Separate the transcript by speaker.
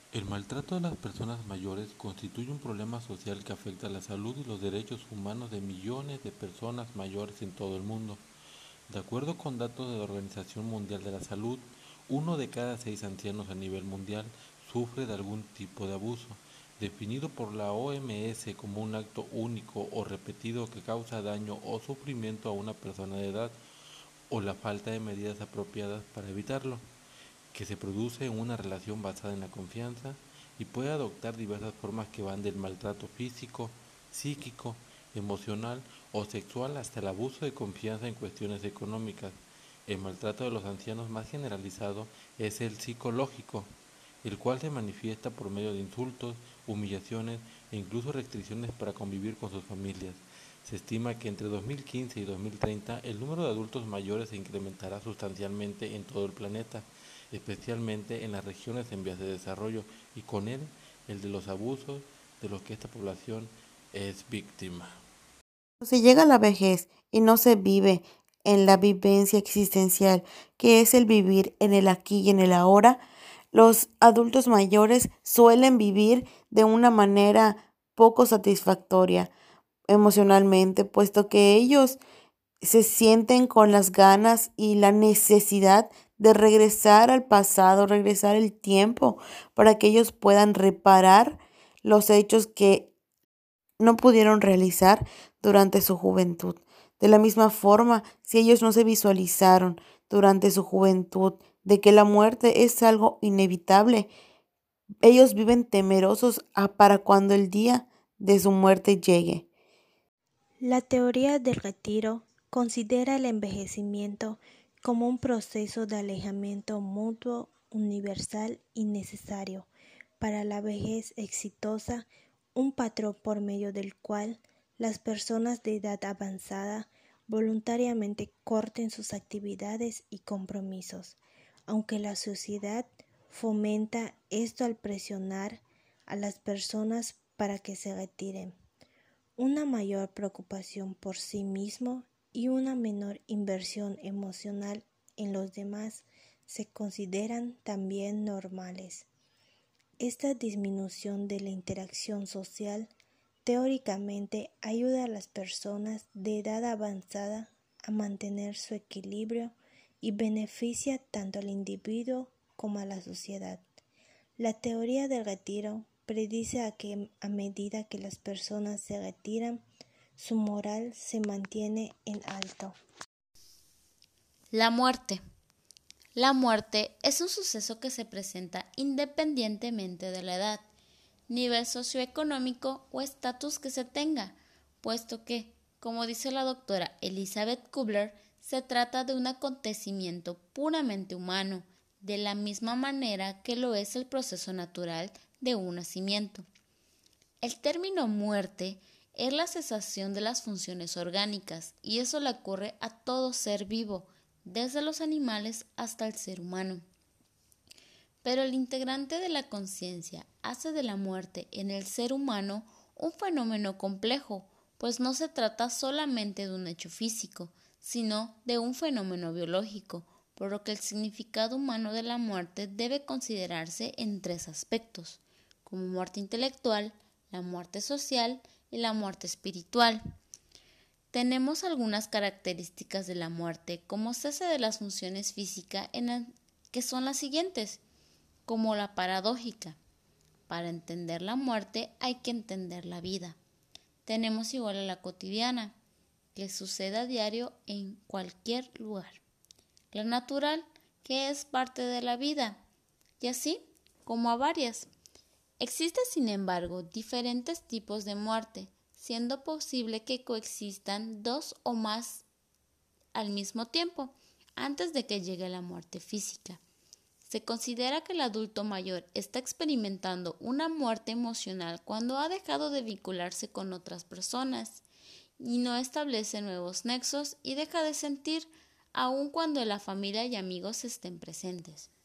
Speaker 1: El maltrato de las personas mayores constituye un problema social que afecta la salud y los derechos humanos de millones de personas mayores en todo el mundo. De acuerdo con datos de la Organización Mundial de la Salud, 1 de cada 6 ancianos a nivel mundial sufre de algún tipo de abuso, definido por la OMS como un acto único o repetido que causa daño o sufrimiento a una persona de edad o la falta de medidas apropiadas para evitarlo, que se produce en una relación basada en la confianza y puede adoptar diversas formas que van del maltrato físico, psíquico, emocional o sexual hasta el abuso de confianza en cuestiones económicas. El maltrato de los ancianos más generalizado es el psicológico, el cual se manifiesta por medio de insultos, humillaciones e incluso restricciones para convivir con sus familias. Se estima que entre 2015 y 2030 el número de adultos mayores se incrementará sustancialmente en todo el planeta, especialmente en las regiones en vías de desarrollo, y con él el de los abusos de los que esta población es víctima.
Speaker 2: Se llega a la vejez y no se vive en la vivencia existencial, que es el vivir en el aquí y en el ahora. Los adultos mayores suelen vivir de una manera poco satisfactoria emocionalmente, puesto que ellos se sienten con las ganas y la necesidad de regresar al pasado, regresar el tiempo para que ellos puedan reparar los hechos que no pudieron realizar durante su juventud. De la misma forma, si ellos no se visualizaron durante su juventud de que la muerte es algo inevitable, ellos viven temerosos para cuando el día de su muerte llegue.
Speaker 3: La teoría del retiro considera el envejecimiento como un proceso de alejamiento mutuo, universal y necesario para la vejez exitosa, un patrón por medio del cual las personas de edad avanzada voluntariamente corten sus actividades y compromisos, aunque la sociedad fomenta esto al presionar a las personas para que se retiren. Una mayor preocupación por sí mismo y una menor inversión emocional en los demás se consideran también normales. Esta disminución de la interacción social teóricamente ayuda a las personas de edad avanzada a mantener su equilibrio y beneficia tanto al individuo como a la sociedad. La teoría del retiro predice que a medida que las personas se retiran, su moral se mantiene en alto.
Speaker 4: La muerte. La muerte es un suceso que se presenta independientemente de la edad, nivel socioeconómico o estatus que se tenga, puesto que, como dice la doctora Elizabeth Kubler, se trata de un acontecimiento puramente humano, de la misma manera que lo es el proceso natural de un nacimiento. El término muerte es la cesación de las funciones orgánicas y eso le ocurre a todo ser vivo, desde los animales hasta el ser humano. Pero el integrante de la conciencia hace de la muerte en el ser humano un fenómeno complejo, pues no se trata solamente de un hecho físico, sino de un fenómeno biológico, por lo que el significado humano de la muerte debe considerarse en 3 aspectos, como muerte intelectual, la muerte social y la muerte espiritual. Tenemos algunas características de la muerte como cese de las funciones físicas que son las siguientes, como la paradójica. Para entender la muerte hay que entender la vida. Tenemos igual a la cotidiana, que sucede a diario en cualquier lugar. La natural, que es parte de la vida, y así como a varias. Existen, sin embargo, diferentes tipos de muerte, siendo posible que coexistan 2 o más al mismo tiempo, antes de que llegue la muerte física. Se considera que el adulto mayor está experimentando una muerte emocional cuando ha dejado de vincularse con otras personas y no establece nuevos nexos y deja de sentir aun cuando la familia y amigos estén presentes.